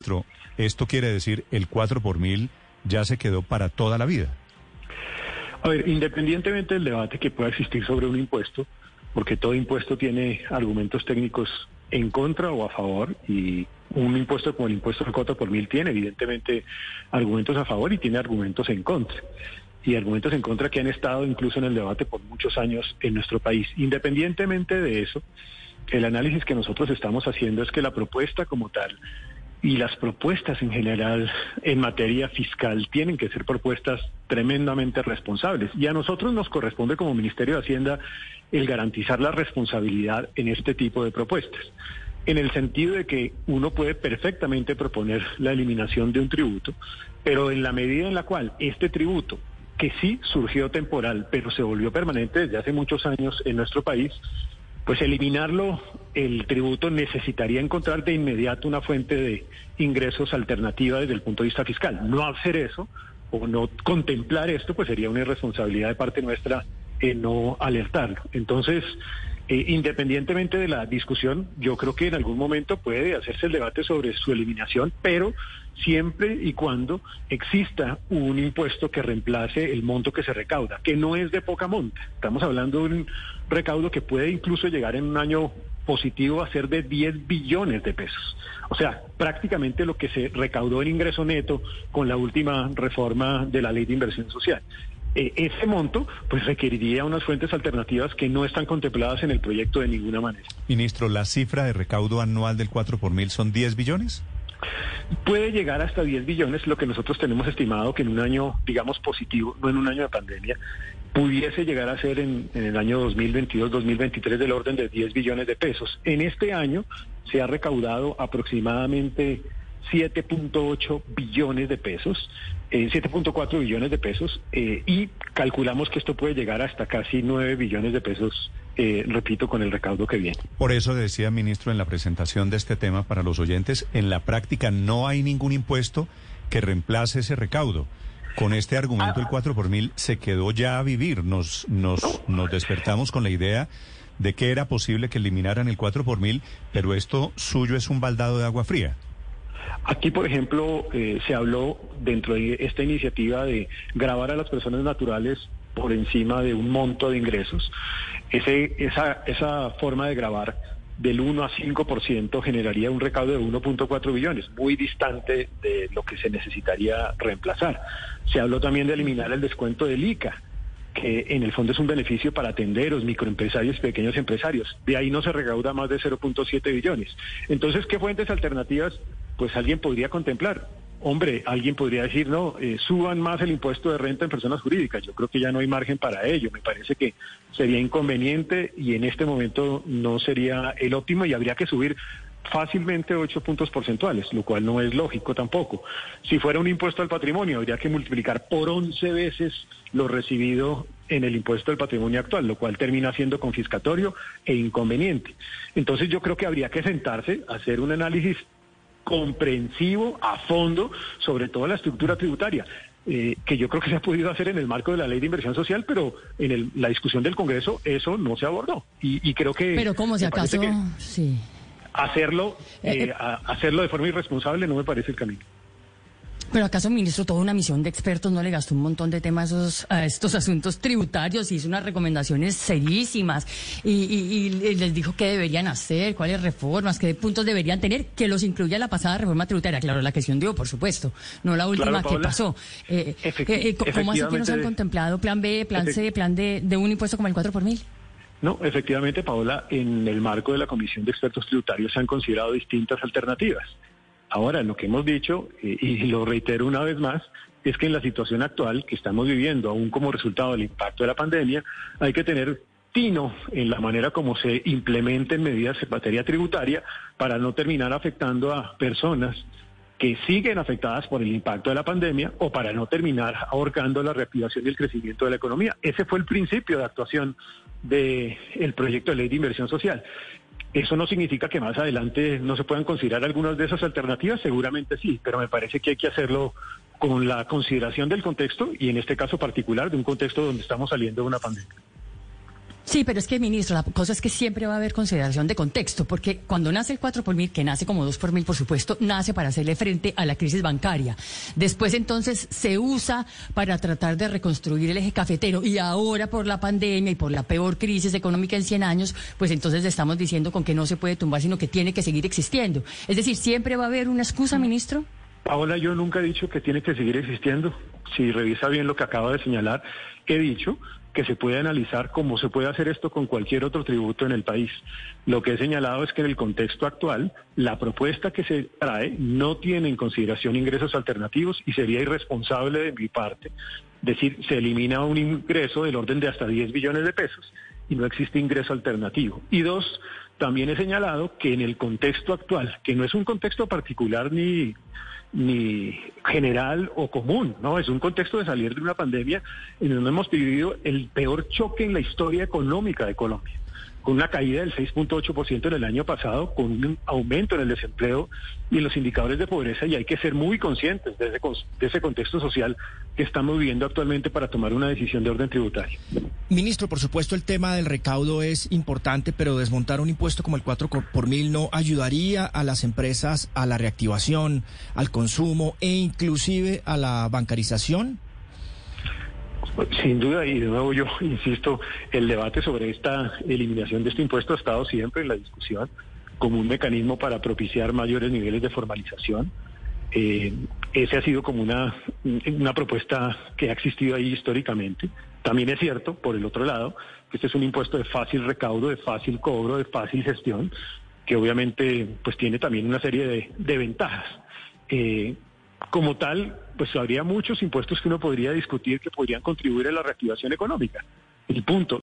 Ministro, esto quiere decir el 4 por mil ya se quedó para toda la vida. A ver, independientemente del debate que pueda existir sobre un impuesto, porque todo impuesto tiene argumentos técnicos en contra o a favor, y un impuesto como el impuesto al 4 por mil tiene evidentemente argumentos a favor y tiene argumentos en contra. Y argumentos en contra que han estado incluso en el debate por muchos años en nuestro país. Independientemente de eso, el análisis que nosotros estamos haciendo es que la propuesta como tal y las propuestas en general en materia fiscal tienen que ser propuestas tremendamente responsables. Y a nosotros nos corresponde como Ministerio de Hacienda el garantizar la responsabilidad en este tipo de propuestas. En el sentido de que uno puede perfectamente proponer la eliminación de un tributo, pero en la medida en la cual este tributo, que sí surgió temporal, pero se volvió permanente desde hace muchos años en nuestro país, pues eliminarlo, el tributo necesitaría encontrar de inmediato una fuente de ingresos alternativa desde el punto de vista fiscal. No hacer eso o no contemplar esto, pues sería una irresponsabilidad de parte nuestra en no alertarlo. Entonces, independientemente de la discusión, yo creo que en algún momento puede hacerse el debate sobre su eliminación, pero siempre y cuando exista un impuesto que reemplace el monto que se recauda, que no es de poca monta. Estamos hablando de un recaudo que puede incluso llegar en un año positivo a ser de 10 billones de pesos. O sea, prácticamente lo que se recaudó en ingreso neto con la última reforma de la Ley de Inversión Social. Ese monto pues requeriría unas fuentes alternativas que no están contempladas en el proyecto de ninguna manera. Ministro, ¿la cifra de recaudo anual del 4 por mil son 10 billones? Puede llegar hasta 10 billones, lo que nosotros tenemos estimado que en un año, digamos, positivo, no en un año de pandemia, pudiese llegar a ser en el año 2022-2023 del orden de 10 billones de pesos. En este año se ha recaudado aproximadamente 7.8 billones de pesos, 7.4 billones de pesos, y calculamos que esto puede llegar hasta casi 9 billones de pesos, repito, con el recaudo que viene. Por eso decía, ministro, en la presentación de este tema para los oyentes, en la práctica no hay ningún impuesto que reemplace ese recaudo. Con este argumento, el 4 por mil se quedó ya a vivir. Nos despertamos con la idea de que era posible que eliminaran el 4 por mil, pero esto suyo es un baldado de agua fría. Aquí, por ejemplo, se habló dentro de esta iniciativa de gravar a las personas naturales por encima de un monto de ingresos. Esa forma de gravar del 1 a 5% generaría un recaudo de 1.4 billones, muy distante de lo que se necesitaría reemplazar. Se habló también de eliminar el descuento del ICA, que en el fondo es un beneficio para tenderos, microempresarios y pequeños empresarios. De ahí no se recauda más de 0.7 billones. Entonces, ¿qué fuentes alternativas? Pues alguien podría contemplar. Hombre, alguien podría decir, no, suban más el impuesto de renta en personas jurídicas. Yo creo que ya no hay margen para ello. Me parece que sería inconveniente y en este momento no sería el óptimo y habría que subir fácilmente 8 puntos porcentuales, lo cual no es lógico tampoco. Si fuera un impuesto al patrimonio, habría que multiplicar por 11 veces lo recibido en el impuesto del patrimonio actual, lo cual termina siendo confiscatorio e inconveniente. Entonces yo creo que habría que sentarse a hacer un análisis comprensivo, a fondo, sobre toda la estructura tributaria, que yo creo que se ha podido hacer en el marco de la Ley de Inversión Social, pero en la discusión del Congreso eso no se abordó. Y creo que... Pero como si acaso... Sí. Hacerlo de forma irresponsable no me parece el camino. Pero acaso, ministro, toda una misión de expertos no le gastó un montón de temas a estos asuntos tributarios, hizo unas recomendaciones serísimas y les dijo qué deberían hacer, cuáles reformas, qué puntos deberían tener, que los incluya la pasada reforma tributaria. Claro, la que se hundió, por supuesto, no la última, claro, que pasó. ¿Cómo así que no se han contemplado plan B, plan C, plan D de un impuesto como el 4 por mil? No, efectivamente, Paola, en el marco de la Comisión de Expertos Tributarios se han considerado distintas alternativas. Ahora, lo que hemos dicho, y lo reitero una vez más, es que en la situación actual que estamos viviendo, aún como resultado del impacto de la pandemia, hay que tener tino en la manera como se implementen medidas en materia tributaria para no terminar afectando a personas que siguen afectadas por el impacto de la pandemia o para no terminar ahorcando la reactivación y el crecimiento de la economía. Ese fue el principio de actuación del proyecto de ley de inversión social. ¿Eso no significa que más adelante no se puedan considerar algunas de esas alternativas? Seguramente sí, pero me parece que hay que hacerlo con la consideración del contexto y en este caso particular de un contexto donde estamos saliendo de una pandemia. Sí, pero es que, ministro, la cosa es que siempre va a haber consideración de contexto, porque cuando nace el 4 por mil, que nace como 2 por mil, por supuesto, nace para hacerle frente a la crisis bancaria. Después, entonces, se usa para tratar de reconstruir el eje cafetero. Y ahora, por la pandemia y por la peor crisis económica en 100 años, pues entonces estamos diciendo con que no se puede tumbar, sino que tiene que seguir existiendo. Es decir, ¿siempre va a haber una excusa, ministro? Paola, yo nunca he dicho que tiene que seguir existiendo. Si revisa bien lo que acabo de señalar, he dicho que se puede analizar cómo se puede hacer esto con cualquier otro tributo en el país. Lo que he señalado es que en el contexto actual, la propuesta que se trae no tiene en consideración ingresos alternativos y sería irresponsable de mi parte decir se elimina un ingreso del orden de hasta 10 billones de pesos y no existe ingreso alternativo. Y dos, también he señalado que en el contexto actual, que no es un contexto particular ni general o común, ¿no? Es un contexto de salir de una pandemia en donde hemos vivido el peor choque en la historia económica de Colombia, con una caída del 6.8% en el año pasado, con un aumento en el desempleo y en los indicadores de pobreza, y hay que ser muy conscientes de ese contexto social que estamos viviendo actualmente para tomar una decisión de orden tributario. Ministro, por supuesto el tema del recaudo es importante, pero desmontar un impuesto como el 4 por mil no ayudaría a las empresas a la reactivación, al consumo e inclusive a la bancarización. Sin duda, y de nuevo yo insisto, el debate sobre esta eliminación de este impuesto ha estado siempre en la discusión como un mecanismo para propiciar mayores niveles de formalización. Ese ha sido como una propuesta que ha existido ahí históricamente. También es cierto, por el otro lado, que este es un impuesto de fácil recaudo, de fácil cobro, de fácil gestión, que obviamente pues tiene también una serie de ventajas. Como tal, pues habría muchos impuestos que uno podría discutir que podrían contribuir a la reactivación económica. El punto,